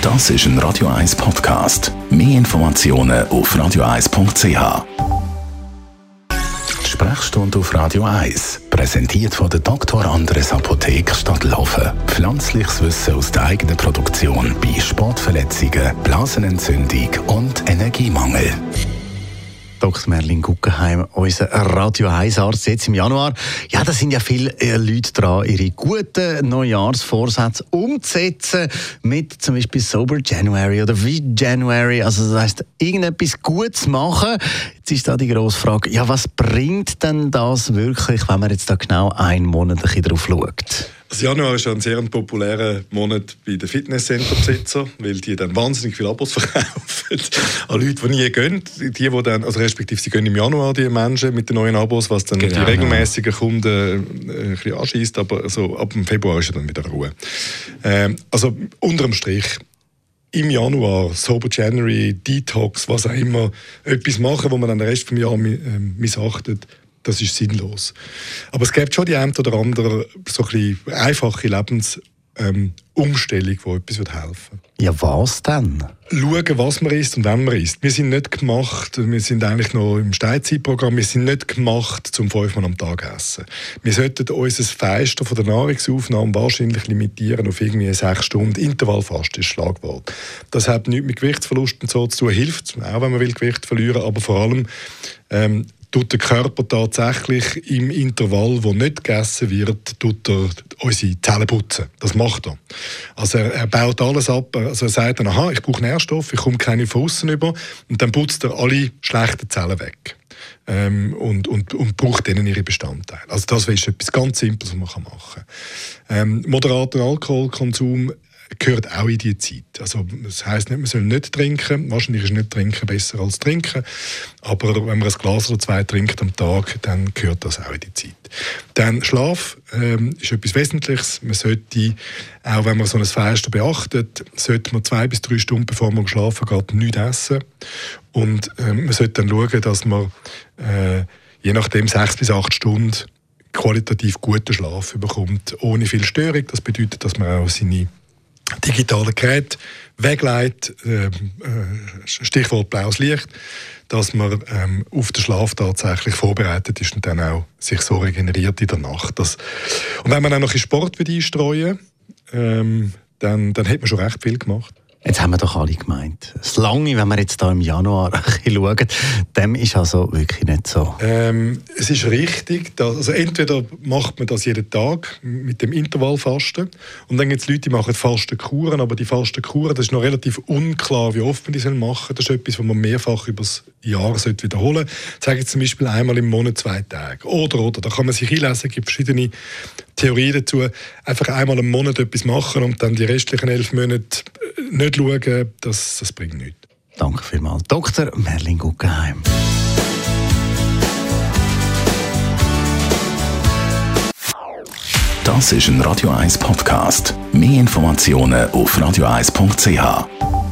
Das ist ein Radio 1 Podcast. Mehr Informationen auf radio1.ch. Die Sprechstunde auf Radio 1, präsentiert von der Dr. Andres Apotheke Stadtlaufen. Pflanzliches Wissen aus der eigenen Produktion bei Sportverletzungen, Blasenentzündung und Energiemangel. Dr. Merlin Guggenheim, unser Radio 1-Arzt jetzt im Januar. Ja, da sind ja viele Leute dran, ihre guten Neujahrsvorsätze umzusetzen mit zum Beispiel Sober January oder V-January. Also das heisst, irgendetwas Gutes machen. Jetzt ist da die grosse Frage, ja, was bringt denn das wirklich, wenn man jetzt da genau einen Monat ein bisschen drauf schaut? Also Januar ist ein sehr populärer Monat bei den Fitnesscenter-Besitzern, weil die dann wahnsinnig viele Abos verkaufen an Leute, die nie gehen. Die dann, also respektive sie gehen im Januar, die Menschen mit den neuen Abos, was dann die regelmäßigen Kunden ein bisschen anschießt, aber so ab dem Februar ist dann wieder Ruhe. Also unterm Strich, im Januar, Sober January, Detox, was auch immer, etwas machen, wo man dann den Rest des Jahres missachtet, das ist sinnlos. Aber es gibt schon die eine oder andere so ein bisschen einfache Lebensumstellung, die etwas helfen wird. Ja, was denn? Schauen, was man isst und wenn man isst. Wir sind nicht gemacht, wir sind eigentlich noch im Steinzeitprogramm, wir sind nicht gemacht, zum 5-mal am Tag zu essen. Wir sollten unser Fenster von der Nahrungsaufnahme wahrscheinlich limitieren auf irgendwie 6 Stunden. Intervallfasten ist das Schlagwort. Das hat nichts mit Gewichtsverlust und so zu tun, hilft auch, wenn man Gewicht verlieren will, aber vor allem tut der Körper tatsächlich im Intervall, wo nicht gegessen wird, tut er unsere Zellen putzen. Das macht er. Also er baut alles ab. Also er sagt dann, aha, ich brauche Nährstoffe, ich komme keine von außen über. Und dann putzt er alle schlechten Zellen weg. Und braucht denen ihre Bestandteile. Also das ist etwas ganz Simples, was man machen kann. Moderater Alkoholkonsum gehört auch in diese Zeit. Also das heisst nicht, man soll nicht trinken. Wahrscheinlich ist nicht trinken besser als trinken. Aber wenn man ein Glas oder 2 trinkt am Tag, dann gehört das auch in die Zeit. Dann Schlaf ist etwas Wesentliches. Man sollte, auch wenn man so ein Fenster beachtet, sollte man 2 bis 3 Stunden, bevor man schlafen geht, nichts essen. Und man sollte dann schauen, dass man je nachdem 6 bis 8 Stunden qualitativ guten Schlaf bekommt, ohne viel Störung. Das bedeutet, dass man auch seine digitale Geräte wegleitet, Stichwort blaues Licht, dass man auf den Schlaf tatsächlich vorbereitet ist und dann auch sich so regeneriert in der Nacht. Und wenn man auch noch ein Sport einstreuen will, dann hat man schon recht viel gemacht. Jetzt haben wir doch alle gemeint. Das Lange, wenn wir jetzt hier im Januar ein bisschen schauen, dem ist also wirklich nicht so. Es ist richtig, also entweder macht man das jeden Tag mit dem Intervallfasten und dann gibt es Leute, die machen Fastenkuren, aber die Fastenkuren, das ist noch relativ unklar, wie oft man die machen sollen. Das ist etwas, was man mehrfach über das Jahr wiederholen sollte. Sage ich zum Beispiel einmal im Monat 2 Tage. Oder, da kann man sich einlesen, es gibt verschiedene Theorien dazu. Einfach einmal im Monat etwas machen und dann die restlichen 11 Monate nicht schauen, das bringt nichts. Danke vielmals. Dr. Merlin Guggenheim. Das ist ein Radio 1 Podcast. Mehr Informationen auf radio1.ch.